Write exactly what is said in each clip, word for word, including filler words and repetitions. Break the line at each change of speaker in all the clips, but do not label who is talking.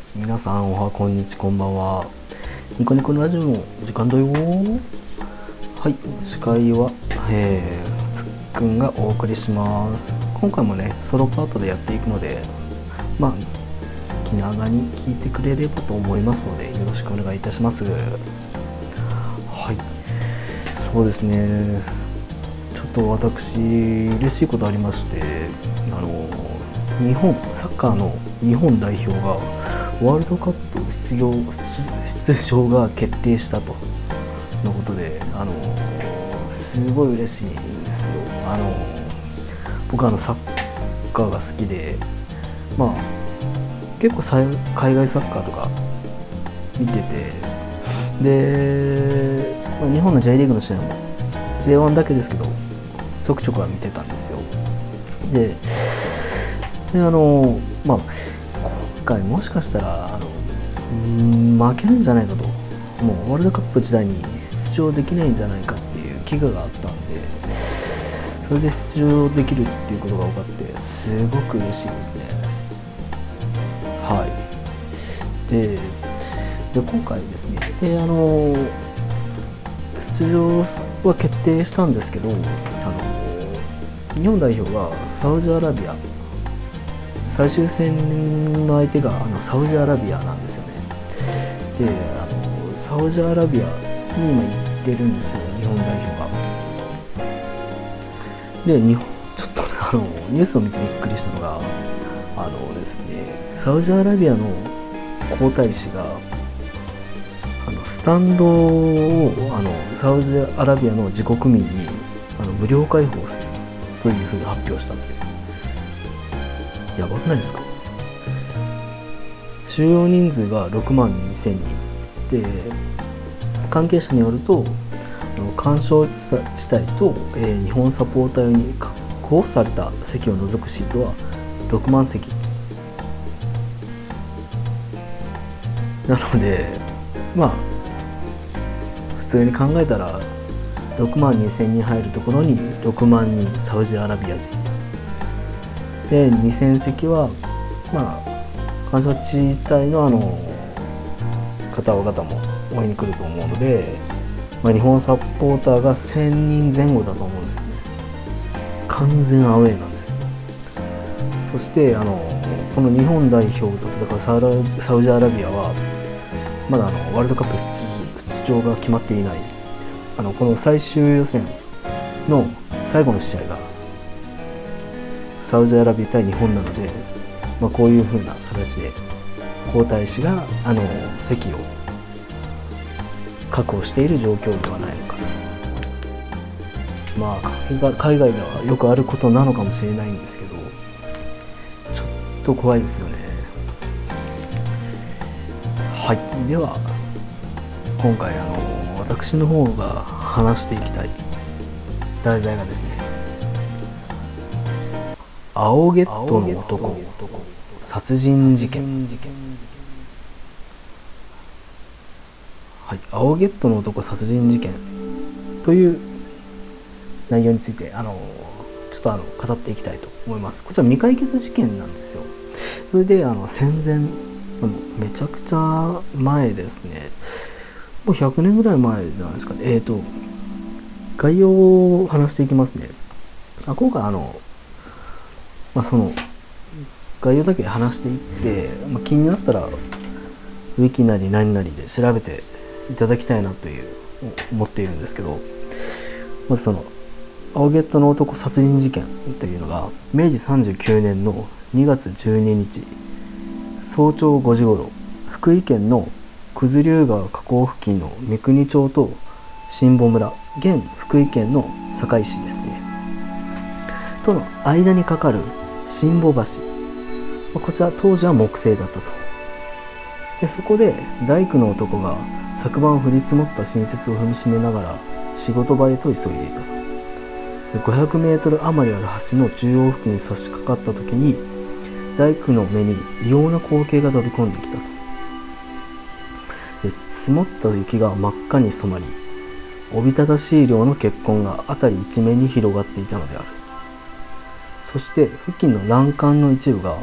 皆さんおはこんにちこんばんは。ニコニコのラジオのお時間だよ。はい、司会は、えー、つっくんがお送りします。今回もねソロパートでやっていくので、まあ気長に聞いてくれればと思いますのでよろしくお願いいたします。はい、そうですね、ちょっと私嬉しいことありまして、あの日本サッカーの日本代表がワールドカップ出場出場が決定したとのことで、あのすごい嬉しいんですよ。あの僕はあのサッカーが好きで、まあ結構海外サッカーとか見てて、で、まあ、日本の J リーグの試合も ジェイワン だけですけどちょくちょくは見てたんですよ。で、であのまあ今回もしかしたらあの負けるんじゃないかと、もうワールドカップ時代に出場できないんじゃないかっていう危惧があったんで、それで出場できるっていうことが分かってすごく嬉しいですね。はい。で、で今回ですね、であの出場は決定したんですけど、あの日本代表がサウジアラビア、最終戦の相手があのサウジアラビアなんですよね。で、あのサウジアラビアに今行ってるんですよ、日本代表が。で、日本ちょっと、ね、あのニュースを見てびっくりしたのが、あのですね、サウジアラビアの皇太子があのスタンドをあのサウジアラビアの自国民にあの無料開放するというふうに発表したんで、やばくないですか？収容人数がろくまんにせんにんで、関係者によると干渉地帯と、えー、日本サポーター用に確保された席を除くシートはろくまんせきなので、まあ普通に考えたらろくまんにせんにん入るところにろくまんにんサウジアラビア人で、にせんせきはまあ干渉地帯のあの方々も応援に来ると思うので、まあ、日本サポーターがせんにんぜん後だと思うんですよね。完全アウェーなんですよ。そしてあのこの日本代表と戦うサウサウジアラビアはまだあのワールドカップ出場が決まっていないです。あのこの最終予選の最後の試合がサウジアラビア対日本なので、まあ、こういう風な形で皇太子があの席を確保している状況ではないのかな。まあ海外ではよくあることなのかもしれないんですけど、ちょっと怖いですよね。はい、では今回あの私の方が話していきたい題材がですね、青ゲットの男殺人事件。はい、青ゲットの男殺人事件という内容についてあのちょっとあの語っていきたいと思います。こちら未解決事件なんですよ。それであの戦前、めちゃくちゃ前ですね、もうひゃくねんぐらい前じゃないですかね。えーと概要を話していきますね。あ今回あの、まあ、その概要だけ話していって、まあ、気になったらウィキなり何なりで調べていただきたいなという思っているんですけど、まずその青ゲットの男殺人事件というのがめいじさんじゅうきゅうねんのにがつじゅうににち早朝ごじ頃、福井県の九頭竜川河口付近の三国町と新保村、現福井県の坂井市ですねとの間に架かる新保橋、こちら当時は木製だったと。でそこで大工の男が昨晩降り積もった新雪を踏みしめながら仕事場へと急いでいたと。でごひゃくメートル余りある橋の中央付近に差し掛かった時に大工の目に異様な光景が飛び込んできたと。で積もった雪が真っ赤に染まり、おびただしい量の血痕が辺り一面に広がっていたのである。そして付近の欄干の一部が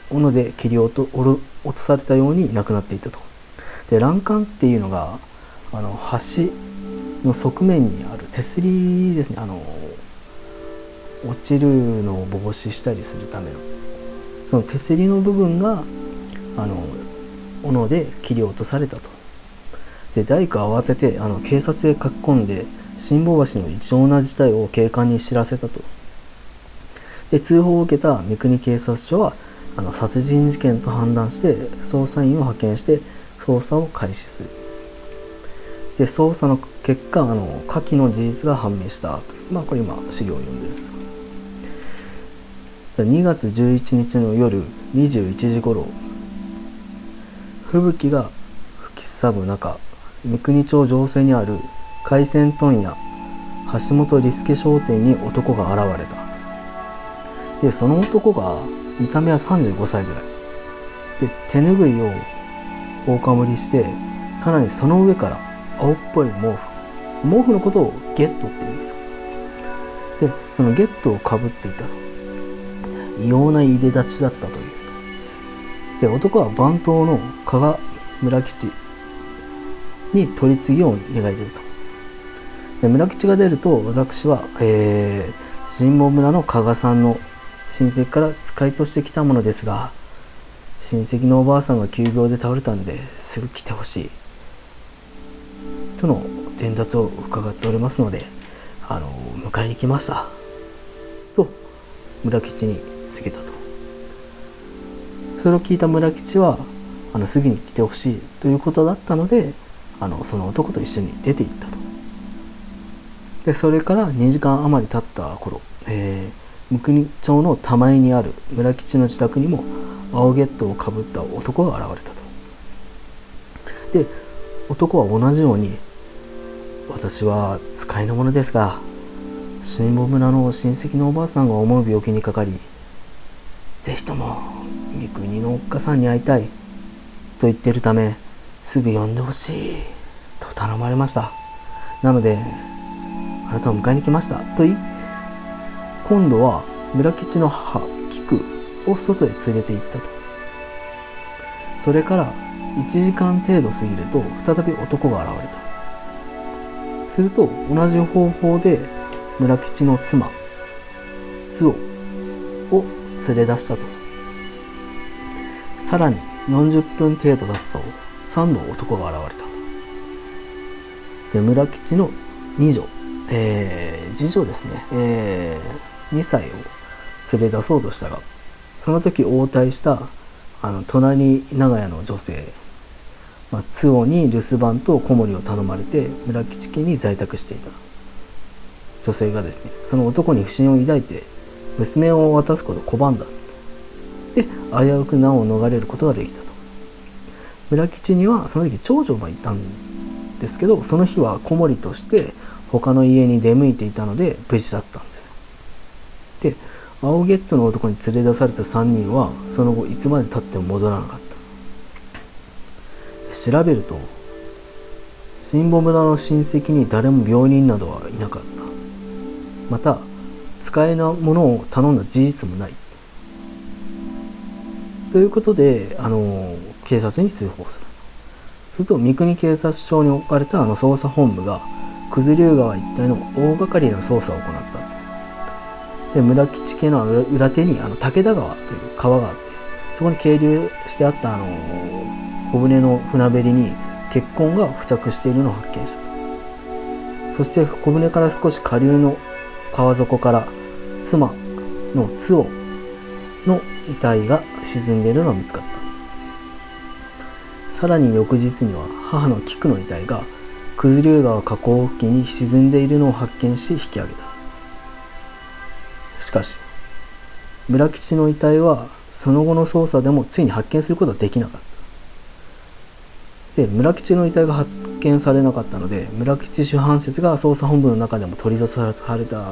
斧で切り落と落とされたように亡くなっていたと。で欄干っていうのがあの橋の側面にある手すりですね。あの落ちるのを防止したりするためのその手すりの部分があの斧で切り落とされたと。で大工は慌ててあの警察へ書き込んで辛坊橋の異常な事態を警官に知らせたと。で通報を受けた三国警察署はあの殺人事件と判断して捜査員を派遣して捜査を開始する。で捜査の結果あの下記の事実が判明したという、まあこれ今資料を読んでるんですが、にがつじゅういちにちの夜にじゅういちじごろ、吹雪が吹きすさぶ中、三国町上西にある海鮮問屋橋本利助商店に男が現れた。でその男が見た目はさんじゅうごさいぐらいで、手ぬぐいを大かぶりして、さらにその上から青っぽい毛布毛布のことをゲットって言うんですよ。でそのゲットをかぶっていたと。異様ないで立ちだったという。で男は番頭の加賀村吉に取り次ぎを願い出たと。で村吉が出ると、私は、えー、神保村の加賀さんの親戚から使いとしてきたものですが、親戚のおばあさんが急病で倒れたんですぐ来てほしいとの伝達を伺っておりますので、あの迎えに来ましたと村吉に告げたと。それを聞いた村吉はあのすぐに来てほしいということだったので、あのその男と一緒に出て行ったと。でそれからにじかん余り経った頃、えー三国町の玉井にある村吉の自宅にも青ゲットをかぶった男が現れたと。で男は同じように、私は使いの者ですが、辛坊村の親戚のおばあさんが思う病気にかかり、ぜひとも三国のおっかさんに会いたいと言っているため、すぐ呼んでほしいと頼まれました。なのであなたを迎えに来ましたと言い、今度は村吉の母菊を外へ連れて行ったと。それからいちじかん程度過ぎると再び男が現れた。すると同じ方法で村吉の妻津尾を連れ出したと。さらによんじゅっぷん程度経つとさんど男が現れたと。で村吉の二女、えー、次女ですね、えーにさいを連れ出そうとしたが、その時応対したあの隣長屋の女性、まあ、津尾に留守番と子守を頼まれて村吉家に在宅していた女性がですね、その男に不審を抱いて娘を渡すことを拒んだ。で危うく難を逃れることができたと。村吉にはその時長女がいたんですけど、その日は子守として他の家に出向いていたので無事だったんです。で青ゲットの男に連れ出されたさんにんはその後いつまで経っても戻らなかった。調べると辛坊村の親戚に誰も病人などはいなかった。また使えなものを頼んだ事実もないということで、あの警察に通報する。すると三国警察署に置かれたあの捜査本部が九頭竜川一帯の大掛かりな捜査を行った。で村吉家の裏手にあの武田川という川があって、そこに係留してあったあの小舟の船べりに血痕が付着しているのを発見した。そして小舟から少し下流の川底から妻の津尾の遺体が沈んでいるのが見つかった。さらに翌日には母の菊の遺体が九頭竜川河口付近に沈んでいるのを発見し引き上げた。しかし村吉の遺体はその後の捜査でもついに発見することはできなかった。で村吉の遺体が発見されなかったので、村吉主犯説が捜査本部の中でも取り沙汰された。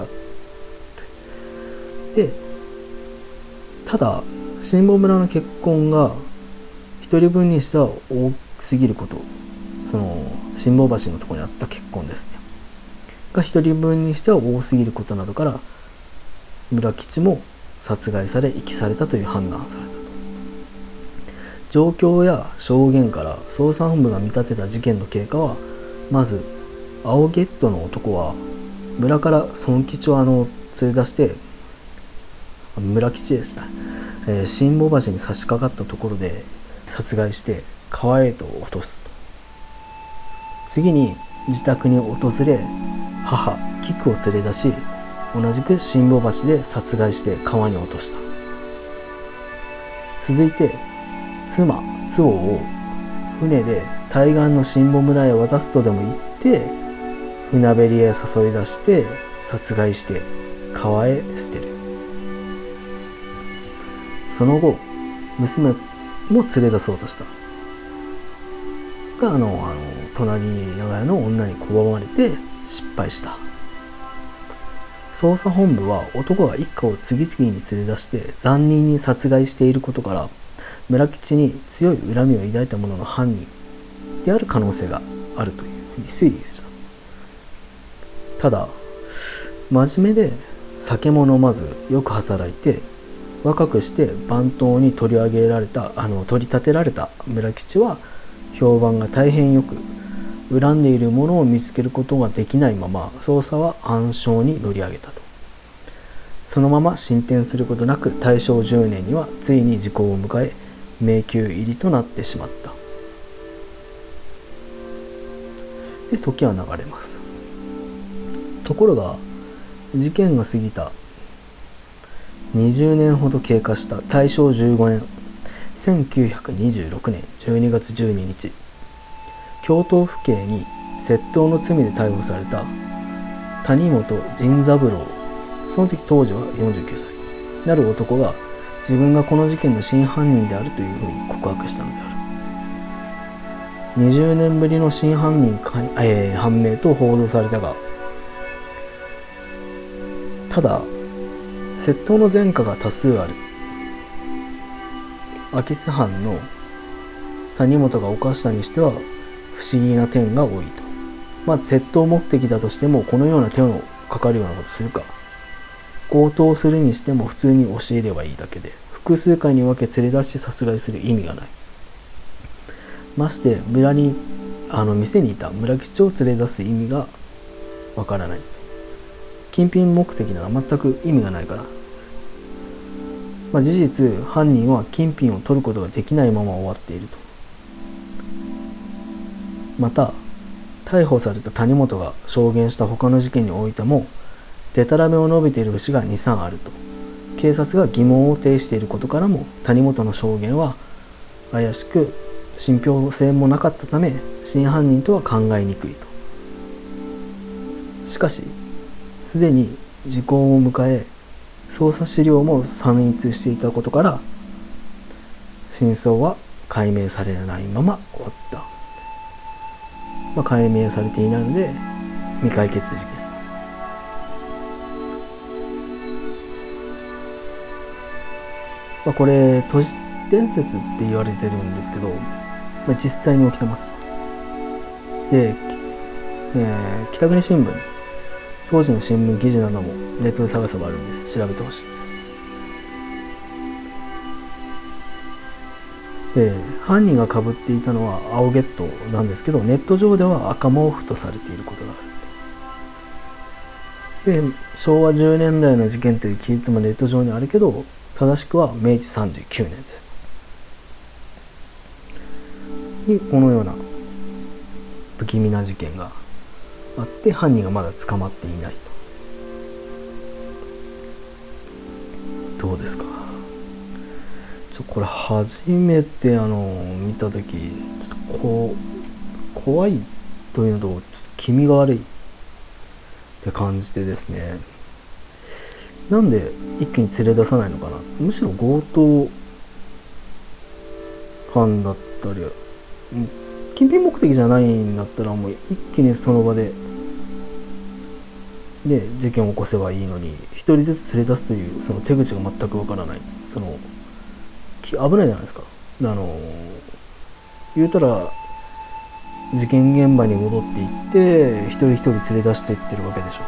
でただ辛坊村の血痕が一人分にしては多すぎること、その辛坊橋のところにあった血痕ですねが一人分にしては多すぎることなどから、村吉も殺害され遺棄されたという判断されたと。 状況や証言から捜査本部が見立てた事件の経過は、まず青ゲットの男は村から孫吉をあの連れ出して、村吉ですね、えー、新保橋に差し掛かったところで殺害して川へと落とすと。次に自宅に訪れ、母菊を連れ出し、同じく新保橋で殺害して川に落とした。続いて妻津王を船で対岸の新保村へ渡すとでも言って船べりへ誘い出して殺害して川へ捨てる。その後娘も連れ出そうとしたがあのあの隣長屋の女に拒まれて失敗した。捜査本部は男が一家を次々に連れ出して残忍に殺害していることから村吉に強い恨みを抱いた者の犯人である可能性があるというふうに推理した。ただ真面目で酒も飲まずよく働いて若くして番頭に取り上げられたあの取り立てられた村吉は評判が大変よく、恨んでいるものを見つけることができないまま捜査は暗礁に乗り上げたと。そのまま進展することなく大正じゅうねんにはついに時効を迎え迷宮入りとなってしまった。で時は流れます。ところが事件が過ぎたにじゅうねんほど経過した大正じゅうごねんせんきゅうひゃくにじゅうろくねんじゅうにがつじゅうににち、京都府警に窃盗の罪で逮捕された谷本仁三郎、その時当時はよんじゅうきゅうさいなる男が自分がこの事件の真犯人であるというふうに告白したのである。にじゅうねんぶりの真犯人、えー、判明と報道されたが、ただ窃盗の前科が多数ある空き巣犯の谷本が犯したにしては不思議な点が多いと。まず窃盗目的だとしてもこのような手のかかるようなことするか。強盗するにしても普通に教えればいいだけで複数回に分け連れ出し殺害する意味がない。まして村にあの店にいた村吉を連れ出す意味がわからない。金品目的なら全く意味がないから、まあ、事実犯人は金品を取ることができないまま終わっていると。また逮捕された谷本が証言した他の事件においてもデタラメを述べている節がに、さんあると。警察が疑問を呈していることからも谷本の証言は怪しく信憑性もなかったため真犯人とは考えにくいと。しかしすでに時効を迎え捜査資料も散逸していたことから真相は解明されないまま終わった。まあ、解明されていないので未解決事件。まあ、これ都市伝説って言われてるんですけど、まあ、実際に起きてます。で、えー、北国新聞当時の新聞記事などもネットで探せばあるんで調べてほしいです。で、犯人が被っていたのは青ゲットなんですけど、ネット上では赤毛布とされていることがある。で、昭和じゅうねんだいの事件という記述もネット上にあるけど、正しくはめいちさんじゅうきゅうねんです。にこのような不気味な事件があって犯人がまだ捕まっていないと。どうですか。ちょこれ初めてあの見た時ちょっとこう怖いというのとちょっと気味が悪いって感じてですね、なんで一気に連れ出さないのかな。むしろ強盗犯だったり金品目的じゃないんだったらもう一気にその場でで事件を起こせばいいのに一人ずつ連れ出すというその手口が全くわからない。その危ないじゃないですか。あの言うたら事件現場に戻っていって一人一人連れ出していってるわけでしょ。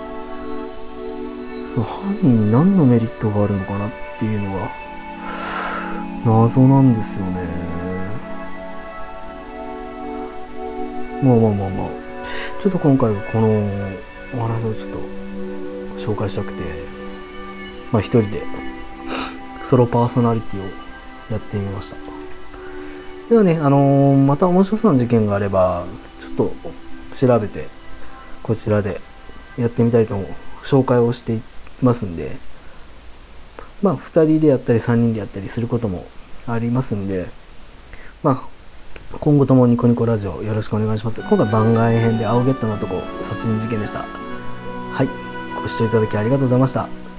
その犯人に何のメリットがあるのかなっていうのが謎なんですよね。 まあまあまあまあちょっと今回はこのお話をちょっと紹介したくて、まあ一人でソロパーソナリティをやってみました。ではね、あのー、また面白そうな事件があればちょっと調べてこちらでやってみたいと紹介をしていますんで、まあふたりでやったりさんにんでやったりすることもありますんで、まあ今後ともニコニコラジオよろしくお願いします。今回番外編で青ゲットの男殺人事件でした。はい、ご視聴いただきありがとうございました。